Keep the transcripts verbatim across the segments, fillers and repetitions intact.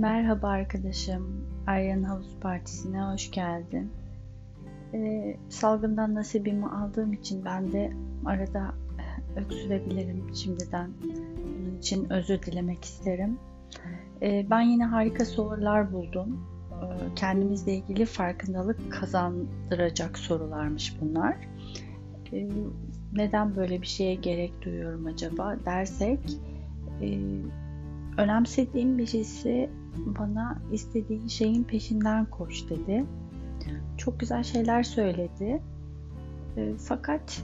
Merhaba arkadaşım, Aryan Havuz Partisi'ne hoş geldin. Ee, salgından nasibimi aldığım için ben de arada öksürebilirim şimdiden. Bunun için özür dilemek isterim. Ee, ben yine harika sorular buldum. Ee, kendimizle ilgili farkındalık kazandıracak sorularmış bunlar. Ee, neden böyle bir şeye gerek duyuyorum acaba dersek, e, önemsediğim birisi bana istediğin şeyin peşinden koş dedi. Çok güzel şeyler söyledi. E, fakat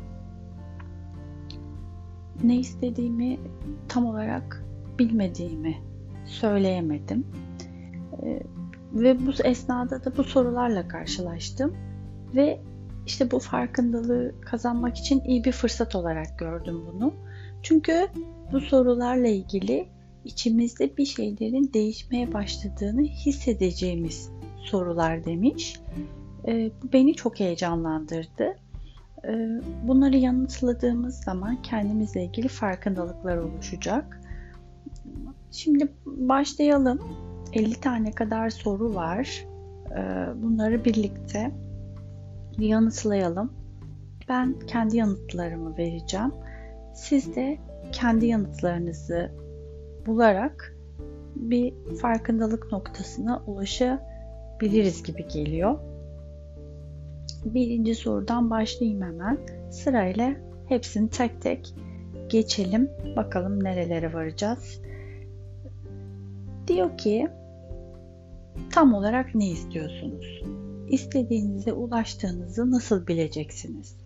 ne istediğimi tam olarak bilmediğimi söyleyemedim. E, ve bu esnada da bu sorularla karşılaştım. Ve işte bu farkındalığı kazanmak için iyi bir fırsat olarak gördüm bunu. Çünkü bu sorularla ilgili içimizde bir şeylerin değişmeye başladığını hissedeceğimiz sorular demiş. E, bu beni çok heyecanlandırdı. E, bunları yanıtladığımız zaman kendimizle ilgili farkındalıklar oluşacak. Şimdi başlayalım. elli tane kadar soru var. E, bunları birlikte yanıtlayalım. Ben kendi yanıtlarımı vereceğim. Siz de kendi yanıtlarınızı bularak bir farkındalık noktasına ulaşabiliriz gibi geliyor. Birinci sorudan başlayayım hemen. Sırayla hepsini tek tek geçelim. Bakalım nerelere varacağız. Diyor ki, tam olarak ne istiyorsunuz? İstediğinize ulaştığınızı nasıl bileceksiniz?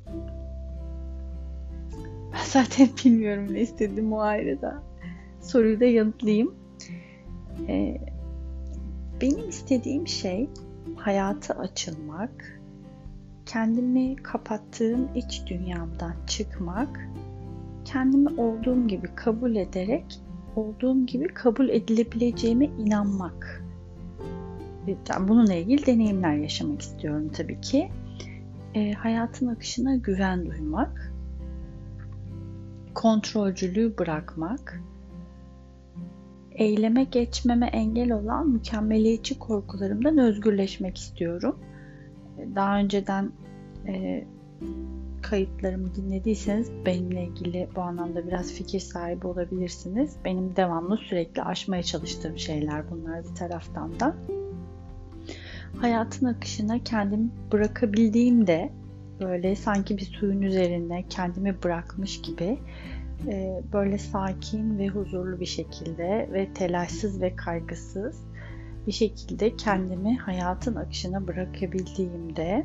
Ben zaten bilmiyorum ne istediğim, o ayrı da. Soruyu da yanıtlayayım. Ee, benim istediğim şey hayata açılmak, kendimi kapattığım iç dünyamdan çıkmak, kendimi olduğum gibi kabul ederek olduğum gibi kabul edilebileceğime inanmak. Yani bununla ilgili deneyimler yaşamak istiyorum tabii ki. E, hayatın akışına güven duymak, kontrolcülüğü bırakmak, eyleme geçmeme engel olan mükemmeliyetçi korkularımdan özgürleşmek istiyorum. Daha önceden e, kayıtlarımı dinlediyseniz benimle ilgili bu anlamda biraz fikir sahibi olabilirsiniz. Benim devamlı sürekli aşmaya çalıştığım şeyler bunlar bir taraftan da. Hayatın akışına kendimi bırakabildiğimde böyle sanki bir suyun üzerine kendimi bırakmış gibi böyle sakin ve huzurlu bir şekilde ve telaşsız ve kaygısız bir şekilde kendimi hayatın akışına bırakabildiğimde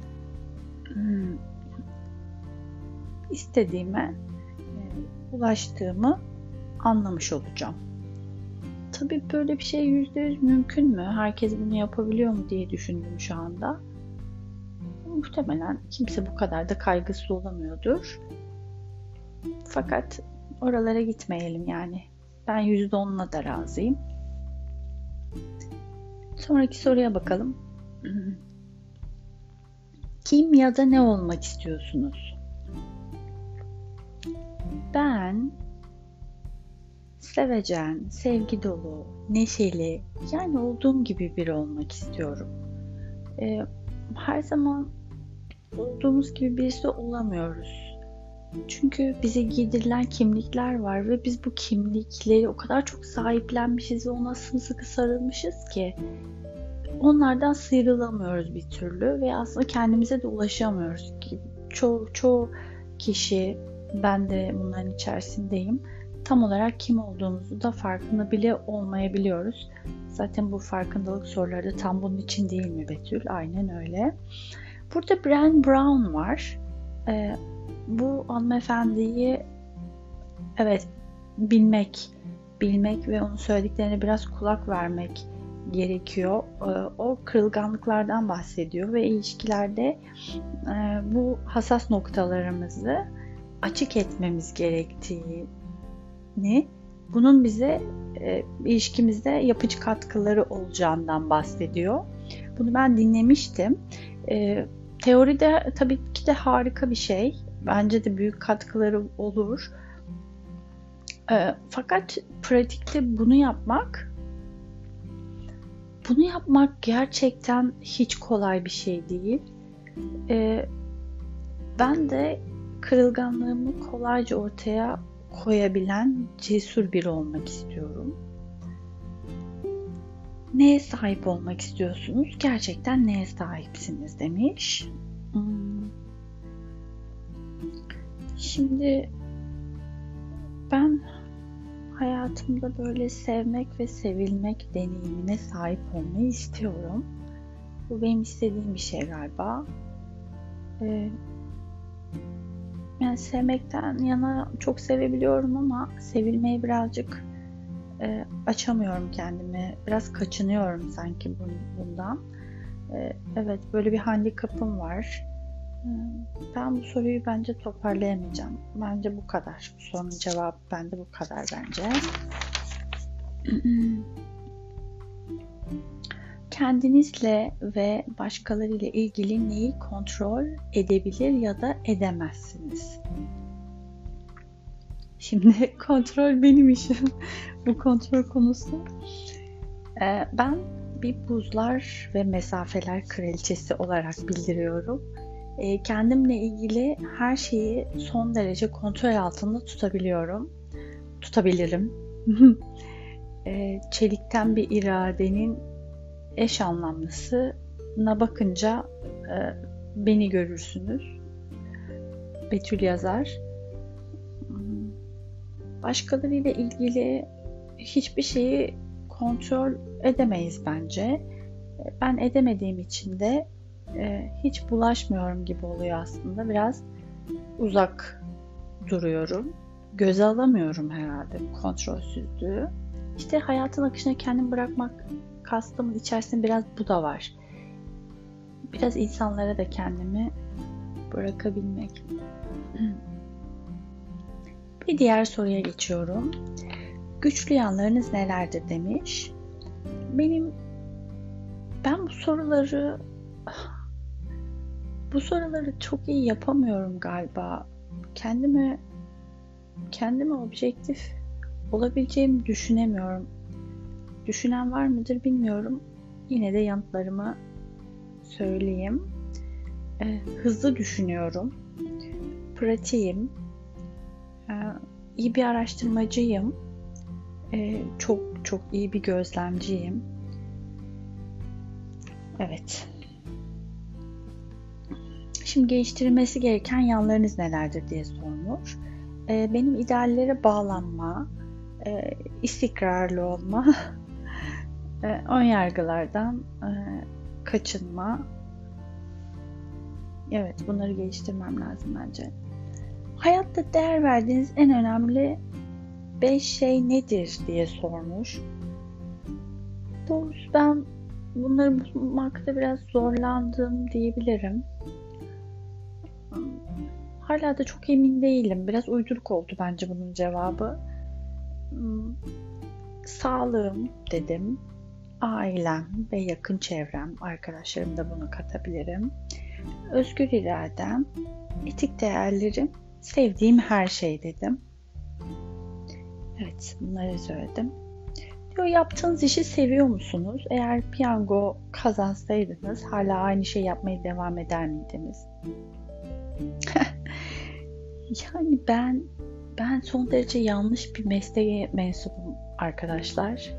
istediğime ulaştığımı anlamış olacağım. Tabii böyle bir şey yüzde yüz mümkün mü? Herkes bunu yapabiliyor mu diye düşündüm şu anda. Muhtemelen kimse bu kadar da kaygısız olamıyordur. Fakat oralara gitmeyelim yani. Ben yüzde onla da razıyım. Sonraki soruya bakalım. Kim ya da ne olmak istiyorsunuz? Ben sevecen, sevgi dolu, neşeli, yani olduğum gibi biri olmak istiyorum. Ee, her zaman olduğumuz gibi birisi olamıyoruz. Çünkü bize giydirilen kimlikler var ve biz bu kimlikleri o kadar çok sahiplenmişiz ve ona sımsıkı sarılmışız ki onlardan sıyrılamıyoruz bir türlü ve aslında kendimize de ulaşamıyoruz. Çoğu, çoğu kişi, ben de bunların içerisindeyim, tam olarak kim olduğumuzu da farkında bile olmayabiliyoruz. Zaten bu farkındalık soruları da tam bunun için değil mi Betül? Aynen öyle. Burada Brené Brown var. Ee, bu hanımefendiyi evet bilmek, bilmek ve onun söylediklerine biraz kulak vermek gerekiyor. Ee, o kırılganlıklardan bahsediyor ve ilişkilerde e, bu hassas noktalarımızı açık etmemiz gerektiğini, bunun bize e, ilişkimizde yapıcı katkıları olacağından bahsediyor. Bunu ben dinlemiştim. E, teoride tabii ki de harika bir şey. Bence de büyük katkıları olur. E, fakat pratikte bunu yapmak Bunu yapmak gerçekten hiç kolay bir şey değil. Ee, ben de kırılganlığımı kolayca ortaya koyabilen cesur biri olmak istiyorum. Neye sahip olmak istiyorsunuz? Gerçekten neye sahipsiniz demiş. Hmm. Şimdi ben hayatımda böyle sevmek ve sevilmek deneyimine sahip olmayı istiyorum. Bu benim istediğim bir şey galiba. Ee, yani sevmekten yana çok sevebiliyorum ama sevilmeyi birazcık e, açamıyorum kendimi. Biraz kaçınıyorum sanki bundan. E, evet, böyle bir handikapım var. E, ben bu soruyu bence toparlayamayacağım. Bence bu kadar. Bu sorunun cevabı bende bu kadar bence. Kendinizle ve başkalarıyla ilgili neyi kontrol edebilir ya da edemezsiniz? Şimdi kontrol benim işim. Bu kontrol konusu. Ee, ben bir buzlar ve mesafeler kraliçesi olarak bildiriyorum. Ee, kendimle ilgili her şeyi son derece kontrol altında tutabiliyorum. Tutabilirim. ee, çelikten bir iradenin eş anlamlısına bakınca e, beni görürsünüz. Betül yazar. Başkalarıyla ilgili hiçbir şeyi kontrol edemeyiz bence. Ben edemediğim için de e, hiç bulaşmıyorum gibi oluyor aslında. Biraz uzak duruyorum. Göze alamıyorum herhalde kontrolsüzlüğü. İşte hayatın akışına kendimi bırakmak kastımın içerisinde biraz bu da var. Biraz insanlara da kendimi bırakabilmek. Bir diğer soruya geçiyorum. Güçlü yanlarınız nelerdir demiş. Benim ben bu soruları bu soruları çok iyi yapamıyorum galiba. Kendime kendime objektif olabileceğimi düşünemiyorum. Düşünen var mıdır bilmiyorum. Yine de yanıtlarımı söyleyeyim. Ee, hızlı düşünüyorum. Pratiğim. Ee, iyi bir araştırmacıyım. Ee, çok çok iyi bir gözlemciyim. Evet. Şimdi geliştirilmesi gereken yanlarınız nelerdir diye sormuş. Ee, benim ideallere bağlanma, e, istikrarlı olma, e, ön yargılardan e, kaçınma. Evet, bunları geliştirmem lazım bence. Hayatta değer verdiğiniz en önemli beş şey nedir diye sormuş. Doğrusu ben bunları bulmakta biraz zorlandım diyebilirim. Hala da çok emin değilim. Biraz uyduruk oldu bence bunun cevabı. Sağlığım dedim. Ailem ve yakın çevrem, arkadaşlarım da bunu katabilirim. Özgür iradem, etik değerlerim, sevdiğim her şey dedim. Evet, bunları söyledim. Diyor, yaptığınız işi seviyor musunuz? Eğer piyango kazansaydınız hala aynı şeyi yapmaya devam eder miydiniz? Yani ben ben son derece yanlış bir mesleğe mensubum arkadaşlar.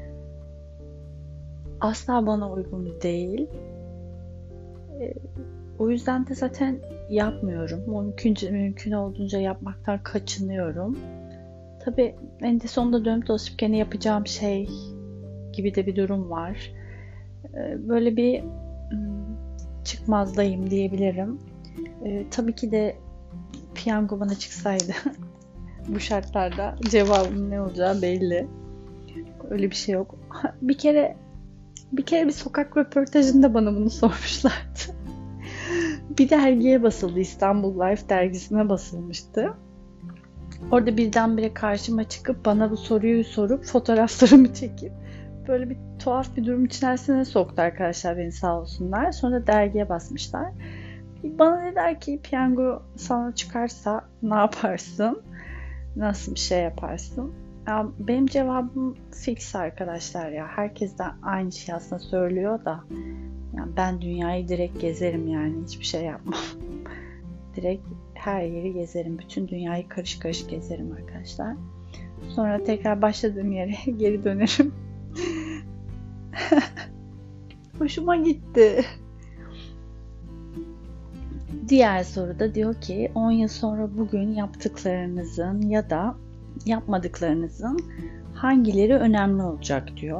Asla bana uygun değil. Ee, o yüzden de zaten yapmıyorum. Mümkün, mümkün olduğunca yapmaktan kaçınıyorum. Tabii en de sonunda dönüp dolaşıp gene yapacağım şey gibi de bir durum var. Ee, böyle bir çıkmazdayım diyebilirim. Ee, tabii ki de piyango bana çıksaydı bu şartlarda cevabım ne olacağı belli. Öyle bir şey yok. Bir kere bir kere bir sokak röportajında bana bunu sormuşlardı. Bir dergiye basıldı. İstanbul Life dergisine basılmıştı. Orada birdenbire karşıma çıkıp bana bu soruyu sorup fotoğraflarımı çekip böyle bir tuhaf bir durum içerisine soktu arkadaşlar beni, sağ olsunlar. Sonra da dergiye basmışlar. Bana dediler ki piyango sana çıkarsa ne yaparsın? Nasıl bir şey yaparsın? Ya benim cevabım fix arkadaşlar ya. Herkes de aynı şey aslında söylüyor da. Yani ben dünyayı direkt gezerim yani. Hiçbir şey yapmam. Direkt her yeri gezerim. Bütün dünyayı karış karış gezerim arkadaşlar. Sonra tekrar başladığım yere geri dönerim. Hoşuma gitti. Diğer soruda diyor ki on yıl sonra bugün yaptıklarınızın ya da yapmadıklarınızın hangileri önemli olacak diyor.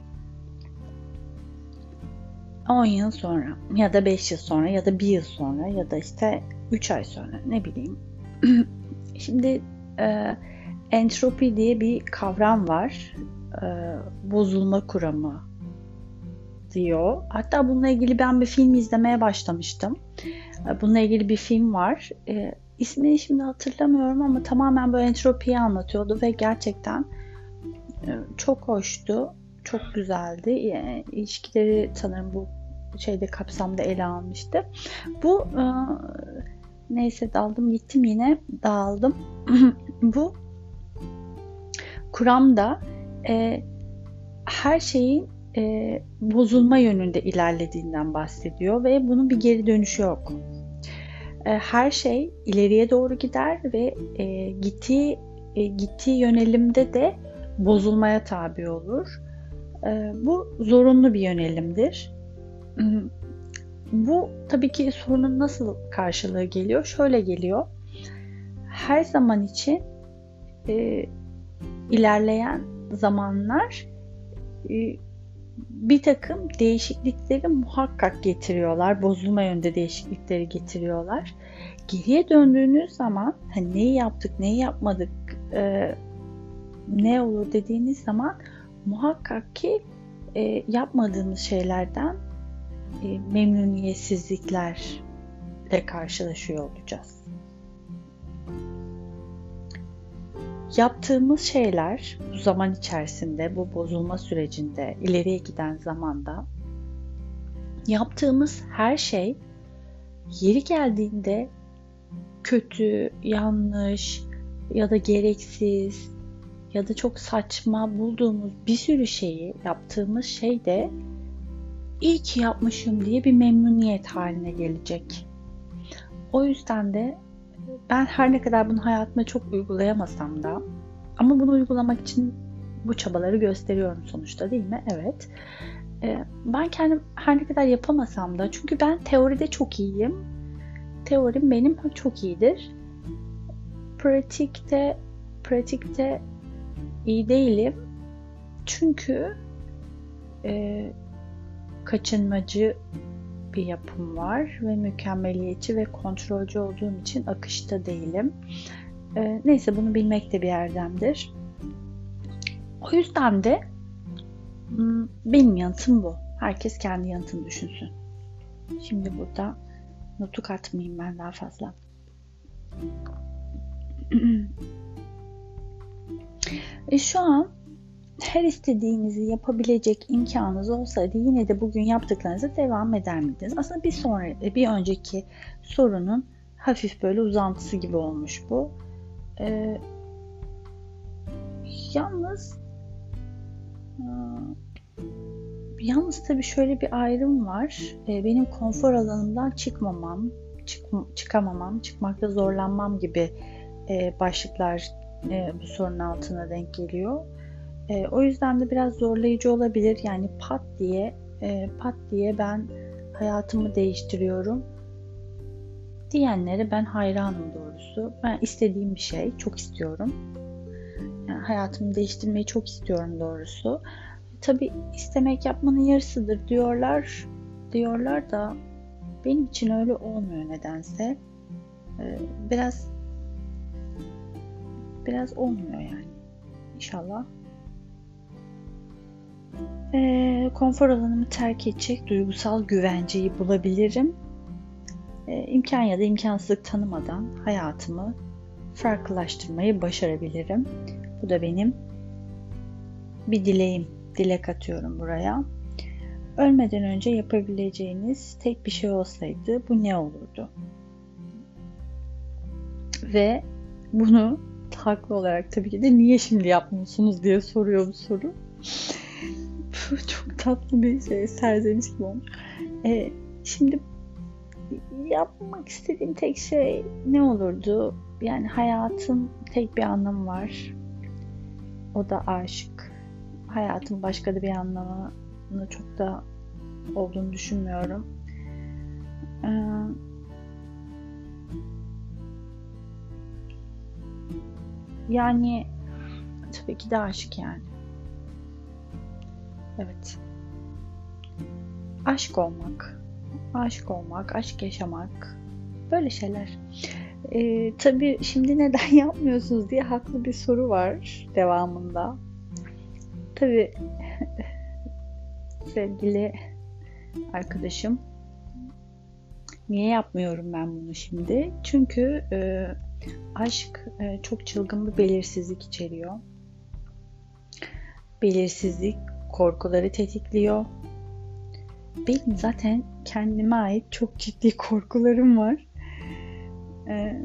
on yıl sonra ya da beş yıl sonra ya da bir yıl sonra ya da işte üç ay sonra ne bileyim. Şimdi e, entropi diye bir kavram var. E, bozulma kuramı diyor. Hatta bununla ilgili ben bir film izlemeye başlamıştım. Bununla ilgili bir film var. E, ismini şimdi hatırlamıyorum ama tamamen böyle entropiyi anlatıyordu ve gerçekten e, çok hoştu. Çok güzeldi. E, ilişkileri sanırım bu şeyde kapsamda ele almıştı. Bu e, neyse daldım gittim yine dağıldım. Bu kuramda e, her şeyin e, bozulma yönünde ilerlediğinden bahsediyor ve bunun bir geri dönüşü yok. E, her şey ileriye doğru gider ve e, gittiği e, gittiği yönelimde de bozulmaya tabi olur. E, bu zorunlu bir yönelimdir. Bu tabii ki sorunun nasıl karşılığı geliyor? Şöyle geliyor. Her zaman için e, ilerleyen zamanlar e, bir takım değişiklikleri muhakkak getiriyorlar. Bozulma yönünde değişiklikleri getiriyorlar. Geriye döndüğünüz zaman hani neyi yaptık, neyi yapmadık, e, ne olur dediğiniz zaman muhakkak ki e, yapmadığımız şeylerden e, memnuniyetsizliklerle karşılaşıyor olacağız. Yaptığımız şeyler bu zaman içerisinde, bu bozulma sürecinde, ileriye giden zamanda yaptığımız her şey yeri geldiğinde kötü, yanlış ya da gereksiz ya da çok saçma bulduğumuz bir sürü şeyi yaptığımız şey de iyi ki yapmışım diye bir memnuniyet haline gelecek. O yüzden de ben her ne kadar bunu hayatıma çok uygulayamasam da ama bunu uygulamak için bu çabaları gösteriyorum sonuçta değil mi? Evet. Ben kendim her ne kadar yapamasam da çünkü ben teoride çok iyiyim. Teorim benim çok iyidir. Pratikte pratikte iyi değilim. Çünkü e, kaçınmacı bir yapım var ve mükemmeliyetçi ve kontrolcü olduğum için akışta değilim. E, neyse bunu bilmek de bir erdemdir. O yüzden de benim yanıtım bu. Herkes kendi yanıtını düşünsün. Şimdi burada notu katmayayım ben daha fazla. E şu an her istediğinizi yapabilecek imkanınız olsaydı yine de bugün yaptıklarınıza devam eder miydiniz? Aslında bir sonra bir önceki sorunun hafif böyle uzantısı gibi olmuş bu. Ee, yalnız yalnız tabii şöyle bir ayrım var. Ee, benim konfor alanımdan çıkmamam, çık, çıkamamam, çıkmakta zorlanmam gibi e, başlıklar e, bu sorunun altına denk geliyor. E, o yüzden de biraz zorlayıcı olabilir. Yani pat diye e, pat diye ben hayatımı değiştiriyorum diyenlere ben hayranım doğrusu. Ben istediğim bir şey, çok istiyorum. Yani hayatımı değiştirmeyi çok istiyorum doğrusu. Tabii istemek yapmanın yarısıdır diyorlar. Diyorlar da benim için öyle olmuyor nedense. E, biraz biraz olmuyor yani. İnşallah. E, konfor alanımı terk edecek duygusal güvenceyi bulabilirim. E, imkan ya da imkansızlık tanımadan hayatımı farklılaştırmayı başarabilirim. Bu da benim bir dileğim. Dilek atıyorum buraya. Ölmeden önce yapabileceğiniz tek bir şey olsaydı bu ne olurdu? Ve bunu haklı olarak tabii ki de niye şimdi yapmıyorsunuz diye soruyor bu soru. Çok tatlı bir şey, serzeniş gibi olmuş. Ee, şimdi yapmak istediğim tek şey ne olurdu? Yani hayatın tek bir anlamı var. O da aşk. Hayatın başka da bir anlamını çok da olduğunu düşünmüyorum. Ee, yani tabii ki de aşk yani. Evet. Aşk olmak. Aşık olmak, aşk yaşamak. Böyle şeyler. Ee, tabii şimdi neden yapmıyorsunuz diye haklı bir soru var devamında. Tabii sevgili arkadaşım, niye yapmıyorum ben bunu şimdi? Çünkü e, aşk e, çok çılgın bir belirsizlik içeriyor. Belirsizlik korkuları tetikliyor. Benim zaten kendime ait çok ciddi korkularım var. Ee,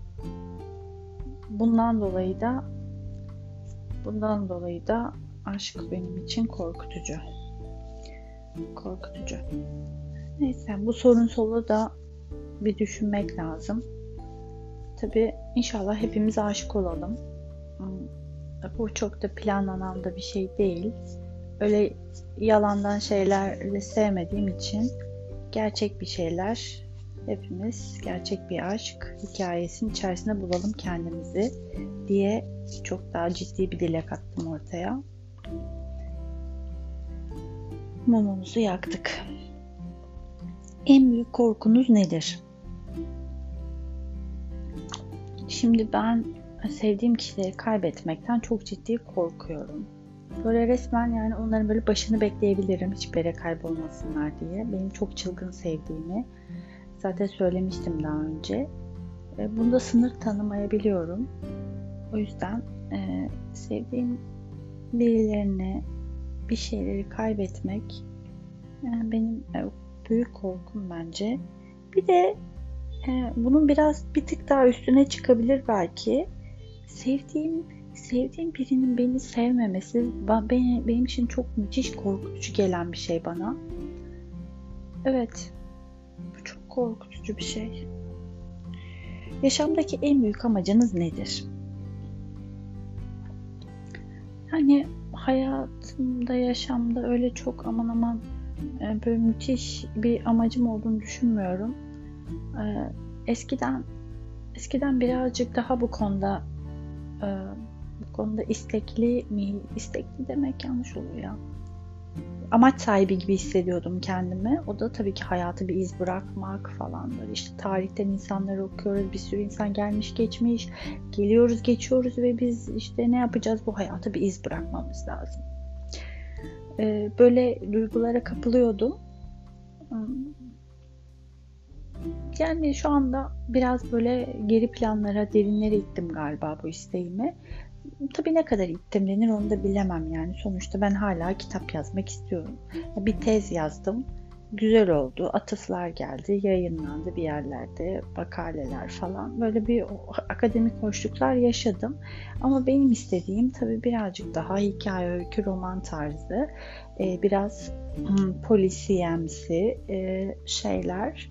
bundan dolayı da bundan dolayı da aşk benim için korkutucu. Korkutucu. Neyse, bu sorun solu da bir düşünmek lazım. Tabii inşallah hepimiz aşık olalım. Bu çok da planlanan da bir şey değil. Öyle yalandan şeylerle sevmediğim için gerçek bir şeyler, hepimiz gerçek bir aşk hikayesinin içerisinde bulalım kendimizi diye çok daha ciddi bir dilek attım ortaya. Mumumuzu yaktık. En büyük korkunuz nedir? Şimdi ben sevdiğim kişileri kaybetmekten çok ciddi korkuyorum. Böyle resmen yani onların böyle başını bekleyebilirim hiçbir yere kaybolmasınlar diye. Benim çok çılgın sevdiğimi zaten söylemiştim daha önce. Bunda sınır tanımayabiliyorum. O yüzden e, sevdiğim birilerini, bir şeyleri kaybetmek yani benim e, büyük korkum bence. Bir de e, bunun biraz bir tık daha üstüne çıkabilir belki. Sevdiğim sevdiğim birinin beni sevmemesi beni, benim için çok müthiş korkutucu gelen bir şey bana. Evet, bu çok korkutucu bir şey. Yaşamdaki en büyük amacınız nedir? Yani hayatımda, yaşamda öyle çok aman aman böyle müthiş bir amacım olduğunu düşünmüyorum. Eskiden eskiden birazcık daha bu konuda bu konuda istekli mi? İstekli demek yanlış oluyor ya. Amaç sahibi gibi hissediyordum kendimi. O da tabii ki hayatı bir iz bırakmak falan böyle. İşte tarihten insanları okuyoruz. Bir sürü insan gelmiş geçmiş. Geliyoruz geçiyoruz ve biz işte ne yapacağız? Bu hayata bir iz bırakmamız lazım. Ee, böyle duygulara kapılıyordum. Yani şu anda biraz böyle geri planlara, derinlere ittim galiba bu isteğimi. Tabii ne kadar ittim denir onu da bilemem yani. Sonuçta ben hala kitap yazmak istiyorum. Bir tez yazdım. Güzel oldu. Atıflar geldi. Yayınlandı bir yerlerde. Makaleler falan. Böyle bir akademik hoşluklar yaşadım. Ama benim istediğim tabii birazcık daha hikaye, öykü, roman tarzı. Biraz polisiyemsi şeyler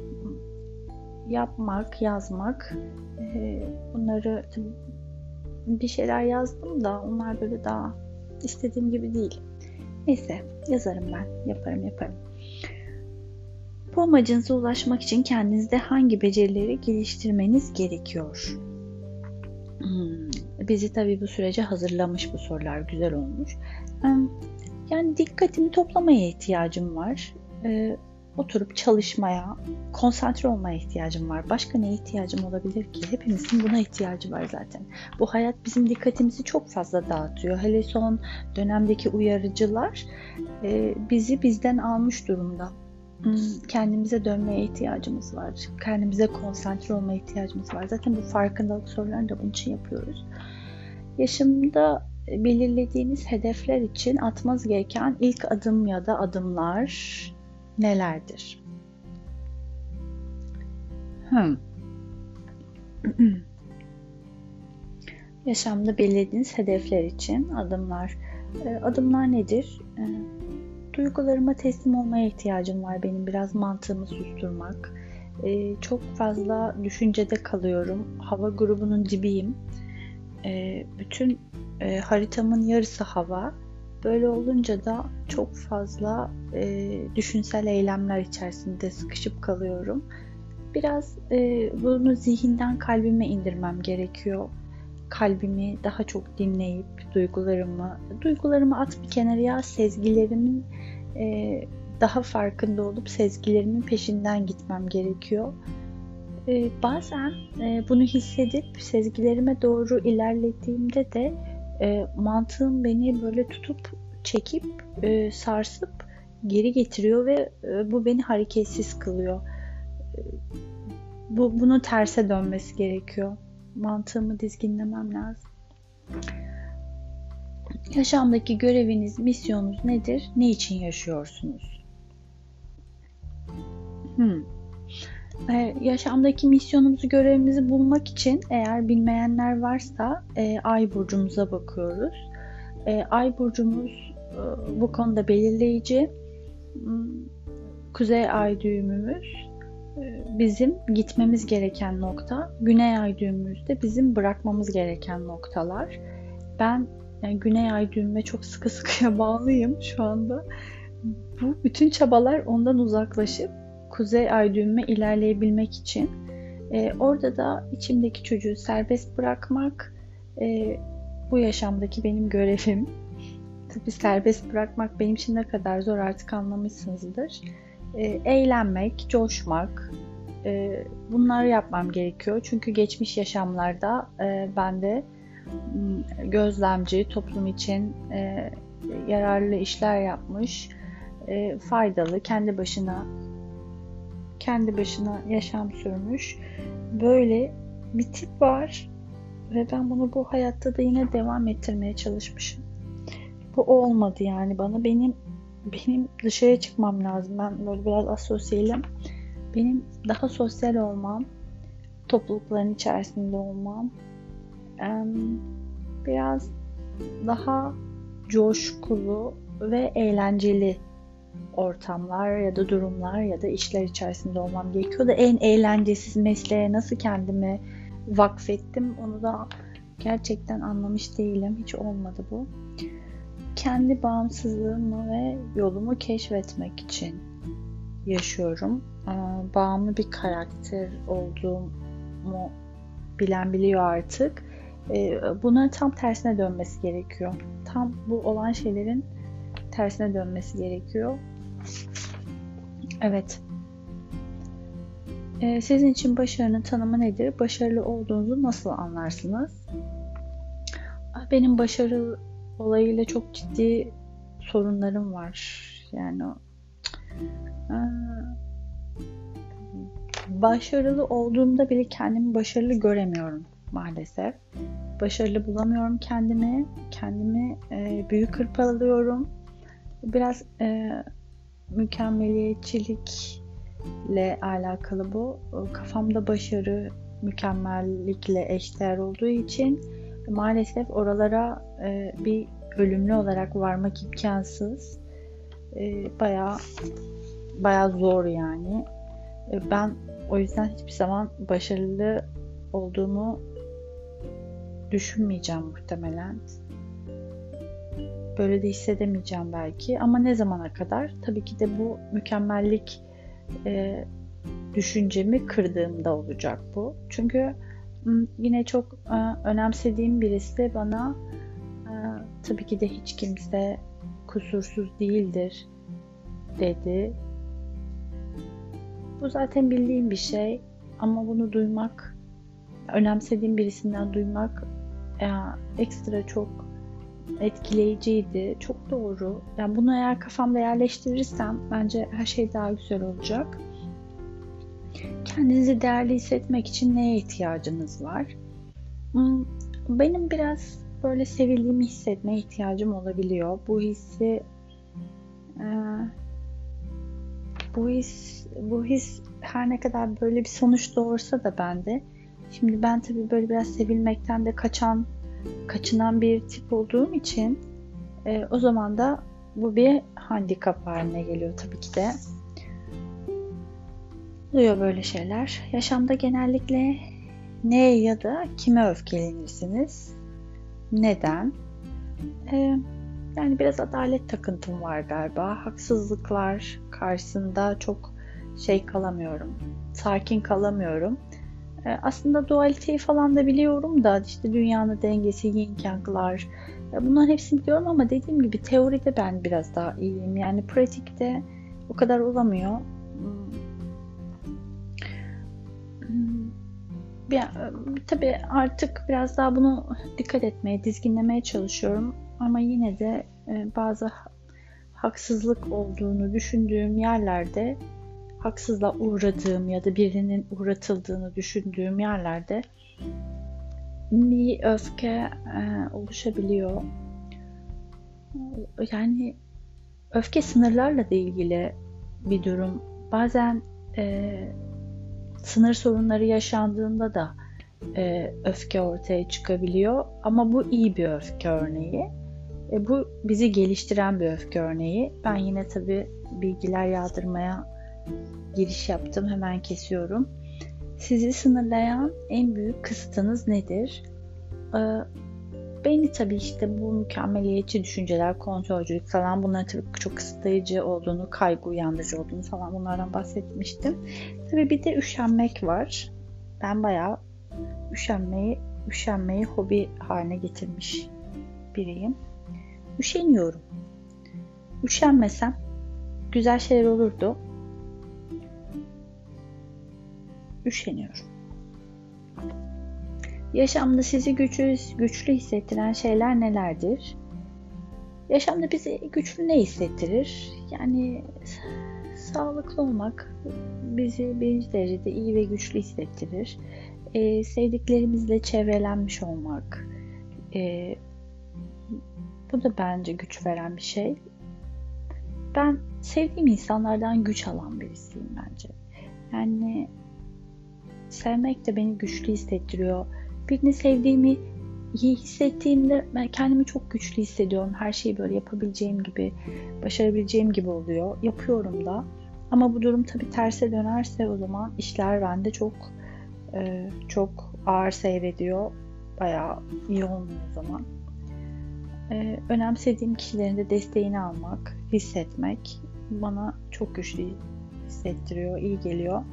yapmak, yazmak. Bunları bir şeyler yazdım da onlar böyle daha istediğim gibi değil. Neyse, yazarım ben. Yaparım yaparım. Bu amacınıza ulaşmak için kendinizde hangi becerileri geliştirmeniz gerekiyor? Hmm, bizi tabii bu sürece hazırlamış bu sorular. Güzel olmuş. Yani dikkatimi toplamaya ihtiyacım var. Ee, Oturup çalışmaya, konsantre olmaya ihtiyacım var. Başka neye ihtiyacım olabilir ki? Hepimizin buna ihtiyacı var zaten. Bu hayat bizim dikkatimizi çok fazla dağıtıyor. Hele son dönemdeki uyarıcılar e, bizi bizden almış durumda. Kendimize dönmeye ihtiyacımız var. Kendimize konsantre olmaya ihtiyacımız var. Zaten bu farkındalık sorularını da bunun için yapıyoruz. Yaşamda belirlediğiniz hedefler için atmanız gereken ilk adım ya da adımlar nelerdir? Hmm. Yaşamda belirlediğiniz hedefler için adımlar. Adımlar nedir? Duygularıma teslim olmaya ihtiyacım var benim. Biraz mantığımı susturmak. Çok fazla düşüncede kalıyorum. Hava grubunun dibiyim. Bütün haritamın yarısı hava. Böyle olunca da çok fazla düşünsel eylemler içerisinde sıkışıp kalıyorum. Biraz bunu zihinden kalbime indirmem gerekiyor. Kalbimi daha çok dinleyip duygularımı, duygularımı at bir kenara, ya sezgilerimin e, daha farkında olup sezgilerimin peşinden gitmem gerekiyor. E, bazen e, bunu hissedip sezgilerime doğru ilerlediğimde de e, mantığım beni böyle tutup çekip e, sarsıp geri getiriyor ve e, bu beni hareketsiz kılıyor. E, bu bunu terse dönmesi gerekiyor. Mantığımı dizginlemem lazım. Yaşamdaki göreviniz, misyonunuz nedir? Ne için yaşıyorsunuz? Hmm. Ee, yaşamdaki misyonumuzu, görevimizi bulmak için eğer bilmeyenler varsa e, ay burcumuza bakıyoruz. E, ay burcumuz e, bu konuda belirleyici. Hmm. Kuzey ay düğümümüz bizim gitmemiz gereken nokta, güney ay düğümümüzde bizim bırakmamız gereken noktalar. Ben yani güney ay düğümüme çok sıkı sıkıya bağlıyım şu anda. Bu bütün çabalar ondan uzaklaşıp kuzey ay düğümüme ilerleyebilmek için. Ee, orada da içimdeki çocuğu serbest bırakmak e, bu yaşamdaki benim görevim. Tabii serbest bırakmak benim için ne kadar zor artık anlamışsınızdır. E, eğlenmek, coşmak, e, bunları yapmam gerekiyor. Çünkü geçmiş yaşamlarda e, ben de gözlemci, toplum için e, yararlı işler yapmış, e, faydalı, kendi başına kendi başına yaşam sürmüş böyle bir tip var ve ben bunu bu hayatta da yine devam ettirmeye çalışmışım. Bu olmadı yani bana. Benim benim dışarıya çıkmam lazım. Ben böyle biraz asosyalim. Benim daha sosyal olmam, toplulukların içerisinde olmam, biraz daha coşkulu ve eğlenceli ortamlar ya da durumlar ya da işler içerisinde olmam gerekiyor da en eğlencesiz mesleğe nasıl kendimi vakfettim onu da gerçekten anlamış değilim. Hiç olmadı bu. Kendi bağımsızlığımı ve yolumu keşfetmek için yaşıyorum. Bağımlı bir karakter olduğumu bilen biliyor artık. Buna tam tersine dönmesi gerekiyor. Tam bu olan şeylerin tersine dönmesi gerekiyor. Evet. Sizin için başarının tanımı nedir? Başarılı olduğunuzu nasıl anlarsınız? Benim başarı olayıyla çok ciddi sorunlarım var. Yani başarılı olduğumda bile kendimi başarılı göremiyorum maalesef. Başarılı bulamıyorum kendimi. Kendimi e, büyük hırpalıyorum. Biraz e, mükemmeliyetçilikle alakalı bu. Kafamda başarı mükemmellikle eşdeğer olduğu için maalesef oralara e, bir ölümlü olarak varmak imkansız. E, bayağı bayağı zor yani. E, ben o yüzden hiçbir zaman başarılı olduğumu düşünmeyeceğim muhtemelen. Böyle de hissedemeyeceğim belki. Ama ne zamana kadar? Tabii ki de bu mükemmellik e, düşüncemi kırdığımda olacak bu. Çünkü yine çok e, önemsediğim birisi bana e, tabii ki de hiç kimse kusursuz değildir dedi. Bu zaten bildiğim bir şey ama bunu duymak, önemsediğim birisinden duymak e, ekstra çok etkileyiciydi. Çok doğru. Yani bunu eğer kafamda yerleştirirsem bence her şey daha güzel olacak. Kendinizi değerli hissetmek için neye ihtiyacınız var? Benim biraz böyle sevildiğimi hissetmeye ihtiyacım olabiliyor. Bu hissi bu his bu his her ne kadar böyle bir sonuç doğursa da bende. Şimdi ben tabii böyle biraz sevilmekten de kaçan kaçınan bir tip olduğum için e, o zaman da bu bir handikap haline geliyor tabii ki de. Oluyor böyle şeyler. Yaşamda genellikle neye ya da kime öfkelenirsiniz? Neden? Ee, yani biraz adalet takıntım var galiba. Haksızlıklar karşısında çok şey kalamıyorum. Sakin kalamıyorum. Ee, aslında dualiteyi falan da biliyorum da işte dünyanın dengesi, yin yanglar. Bunların hepsini biliyorum ama dediğim gibi teoride ben biraz daha iyiyim. Yani pratikte o kadar olamıyor. Bir, tabii artık biraz daha bunu dikkat etmeye, dizginlemeye çalışıyorum. Ama yine de bazı haksızlık olduğunu düşündüğüm yerlerde, haksızlığa uğradığım ya da birinin uğratıldığını düşündüğüm yerlerde bir öfke oluşabiliyor. Yani öfke sınırlarla da ilgili bir durum. Bazen e, sınır sorunları yaşandığında da e, öfke ortaya çıkabiliyor. Ama bu iyi bir öfke örneği. E, bu bizi geliştiren bir öfke örneği. Ben yine tabii bilgiler yağdırmaya giriş yaptım. Hemen kesiyorum. Sizi sınırlayan en büyük kısıtınız nedir? E, beni tabii işte bu mükemmeliyetçi düşünceler, kontrolcülük falan, bunların tabii çok kısıtlayıcı olduğunu, kaygı uyandırıcı olduğunu falan, bunlardan bahsetmiştim. Tabii bir de üşenmek var. Ben bayağı üşenmeyi, üşenmeyi hobi haline getirmiş biriyim. Üşeniyorum. Üşenmesem güzel şeyler olurdu. Üşeniyorum. Yaşamda sizi güçlü, güçlü hissettiren şeyler nelerdir? Yaşamda bizi güçlü ne hissettirir? Yani sağlıklı olmak bizi birinci derecede iyi ve güçlü hissettirir. Ee, sevdiklerimizle çevrelenmiş olmak. Ee, bu da bence güç veren bir şey. Ben sevdiğim insanlardan güç alan birisiyim bence. Yani sevmek de beni güçlü hissettiriyor. Birini sevdiğimi iyi hissettiğimde ben kendimi çok güçlü hissediyorum. Her şeyi böyle yapabileceğim gibi, başarabileceğim gibi oluyor. Yapıyorum da. Ama bu durum tabii terse dönerse o zaman işler bende çok çok ağır seyrediyor. Bayağı iyi olmuyor o zaman. Önemsediğim kişilerin de desteğini almak, hissetmek bana çok güçlü hissettiriyor, iyi geliyor.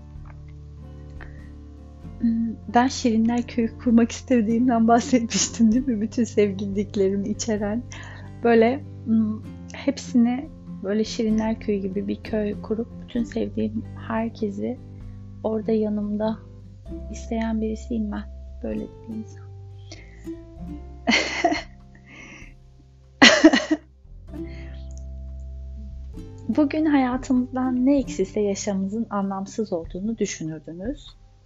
Ben Şirinler Köyü kurmak istediğimden bahsetmiştim değil mi? Bütün sevgililiklerimi içeren. Böyle hepsini böyle Şirinler Köyü gibi bir köy kurup bütün sevdiğim herkesi orada yanımda isteyen birisiyim ben. Böyle bir insan. Bugün hayatımızdan ne eksilse yaşamımızın anlamsız olduğunu düşünürdünüz.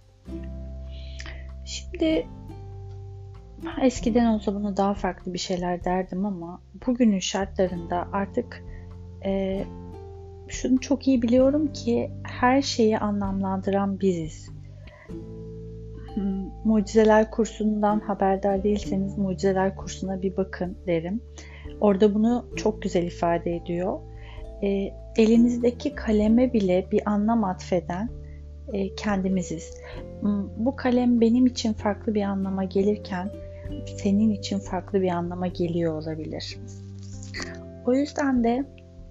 Şimdi eskiden olsa buna daha farklı bir şeyler derdim ama bugünün şartlarında artık e, şunu çok iyi biliyorum ki her şeyi anlamlandıran biziz. Mucizeler kursundan haberdar değilseniz mucizeler kursuna bir bakın derim. Orada bunu çok güzel ifade ediyor. E, elinizdeki kaleme bile bir anlam atfeden e, kendimiziz. Bu kalem benim için farklı bir anlama gelirken senin için farklı bir anlama geliyor olabilir. O yüzden de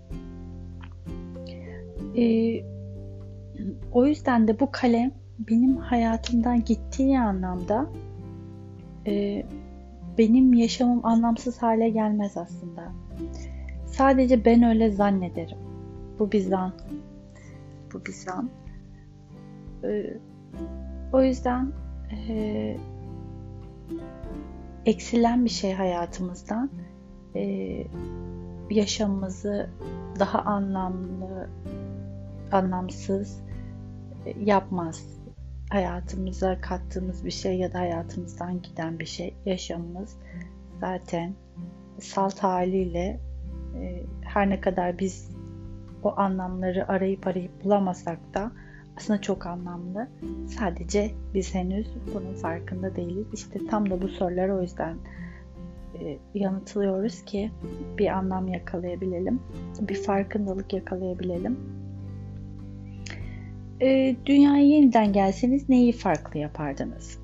e, o yüzden de bu kalem benim hayatımdan gittiği anlamda e, benim yaşamım anlamsız hale gelmez aslında. Sadece ben öyle zannederim. Bu bir zan. Bu bir zan. E, o yüzden e, eksilen bir şey hayatımızdan e, yaşamımızı daha anlamlı, anlamsız e, yapmaz. Hayatımıza kattığımız bir şey ya da hayatımızdan giden bir şey. Yaşamımız zaten salt haliyle e, her ne kadar biz o anlamları arayıp arayıp bulamasak da aslında çok anlamlı. Sadece biz henüz bunun farkında değiliz. İşte tam da bu soruları o yüzden e, yanıtlıyoruz ki bir anlam yakalayabilelim, bir farkındalık yakalayabilelim. E, dünyaya yeniden gelseniz neyi farklı yapardınız?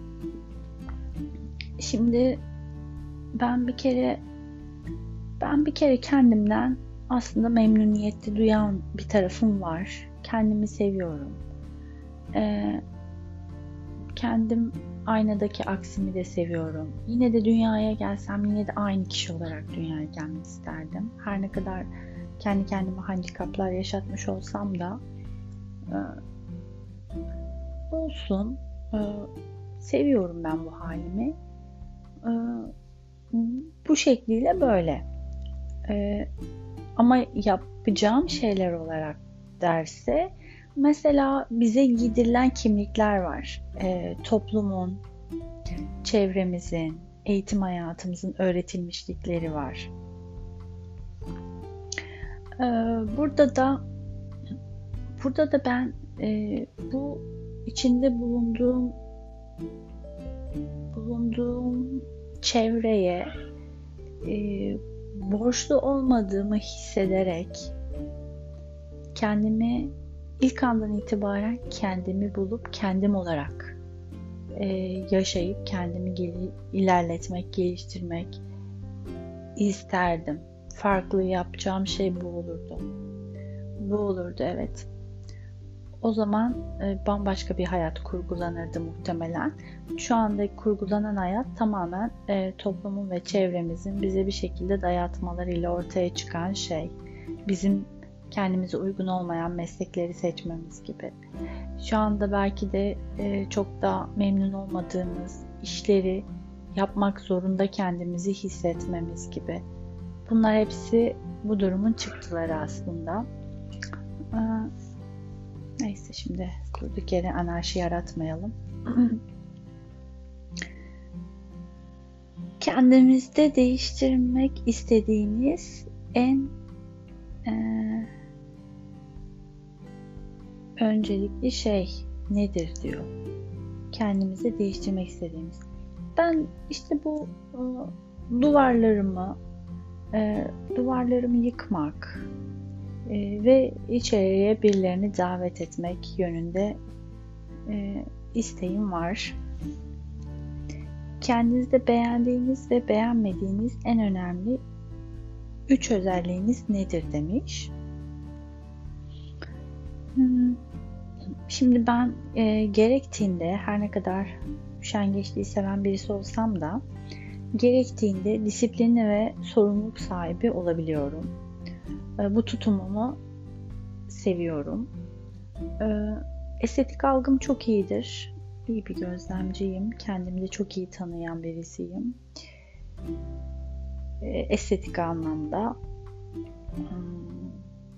Şimdi ben bir kere ben bir kere kendimden aslında memnuniyeti duyan bir tarafım var. Kendimi seviyorum. Ee, kendim aynadaki aksimi de seviyorum. Yine de dünyaya gelsem yine de aynı kişi olarak dünyaya gelmek isterdim. Her ne kadar kendi kendime handikaplar yaşatmış olsam da e, olsun. E, seviyorum ben bu halimi. E, bu şekliyle böyle. E, ama yapacağım şeyler olarak derse, mesela bize giydirilen kimlikler var. E, toplumun, çevremizin, eğitim hayatımızın öğretilmişlikleri var. E, burada da burada da ben e, bu içinde bulunduğum bulunduğum çevreye e, borçlu olmadığımı hissederek kendimi ilk andan itibaren kendimi bulup kendim olarak e, yaşayıp kendimi gel- ilerletmek, geliştirmek isterdim. Farklı yapacağım şey bu olurdu. Bu olurdu, evet. O zaman e, bambaşka bir hayat kurgulanırdı muhtemelen. Şu anda kurgulanan hayat tamamen e, toplumun ve çevremizin bize bir şekilde dayatmalarıyla ortaya çıkan şey. Bizim kendimize uygun olmayan meslekleri seçmemiz gibi. Şu anda belki de e, çok da memnun olmadığımız işleri yapmak zorunda kendimizi hissetmemiz gibi. Bunlar hepsi bu durumun çıktıları aslında. Ee, neyse, şimdi durduk yere anarşi yaratmayalım. Kendimizde değiştirmek istediğiniz en e, öncelikli şey nedir diyor. Kendimizi değiştirmek istediğimiz. Ben işte bu e, duvarlarımı e, duvarlarımı yıkmak e, ve içeriye birilerini davet etmek yönünde e, isteğim var. Kendinizde beğendiğiniz ve beğenmediğiniz en önemli üç özelliğiniz nedir demiş. Şimdi ben e, gerektiğinde, her ne kadar üşengeçliği seven birisi olsam da, gerektiğinde disiplinli ve sorumluluk sahibi olabiliyorum. E, bu tutumumu seviyorum. E, estetik algım çok iyidir. İyi bir gözlemciyim. Kendimi de çok iyi tanıyan birisiyim. E, estetik anlamda. Hmm.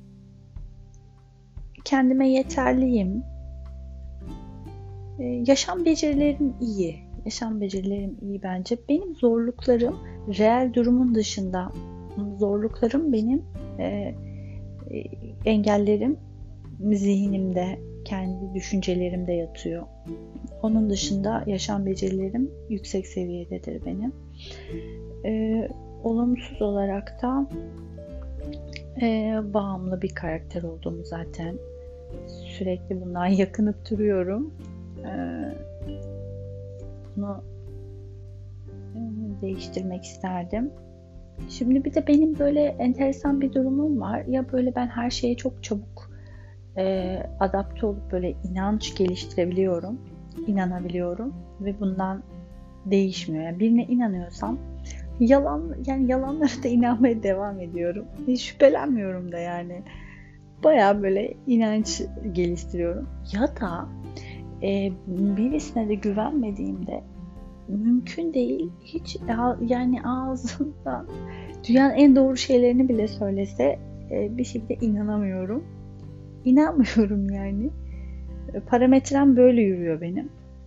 Kendime yeterliyim. Ee, yaşam becerilerim iyi. Yaşam becerilerim iyi bence. Benim zorluklarım, reel durumun dışında zorluklarım benim e, e, engellerim zihnimde, kendi düşüncelerimde yatıyor. Onun dışında yaşam becerilerim yüksek seviyededir benim. E, olumsuz olarak da e, bağımlı bir karakter olduğumu zaten sürekli bundan yakınıp duruyorum. Ee, bunu e, değiştirmek isterdim. Şimdi bir de benim böyle enteresan bir durumum var. Ya böyle ben her şeye çok çabuk e, adapte olup böyle inanç geliştirebiliyorum, inanabiliyorum ve bundan değişmiyor. Yani birine inanıyorsam yalan, yani yalanlara da inanmaya devam ediyorum. Hiç şüphelenmiyorum da yani. Bayağı böyle inanç geliştiriyorum. Ya da e, birisine de güvenmediğimde mümkün değil. Hiç yani ağzından dünyanın en doğru şeylerini bile söylese e, bir şekilde inanamıyorum. İnanmıyorum yani. Parametrem böyle yürüyor benim.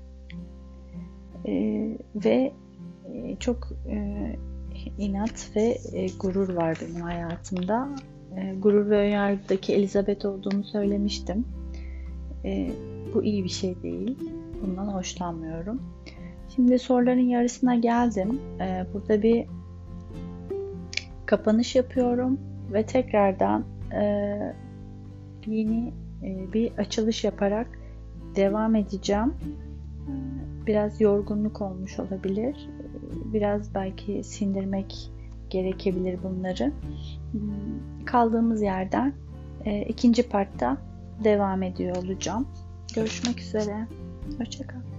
E, ve e, çok e, inat ve e, gurur var benim hayatımda. E, gurur ve önyargıdaki Elizabeth olduğumu söylemiştim. e, bu iyi bir şey değil. Bundan hoşlanmıyorum. Şimdi soruların yarısına geldim. E, burada bir kapanış yapıyorum ve tekrardan e, yeni e, bir açılış yaparak devam edeceğim. Biraz yorgunluk olmuş olabilir. Biraz belki sindirmek gerekebilir bunları. Kaldığımız yerden e, ikinci partta devam ediyor olacağım. Görüşmek üzere. Hoşça kal.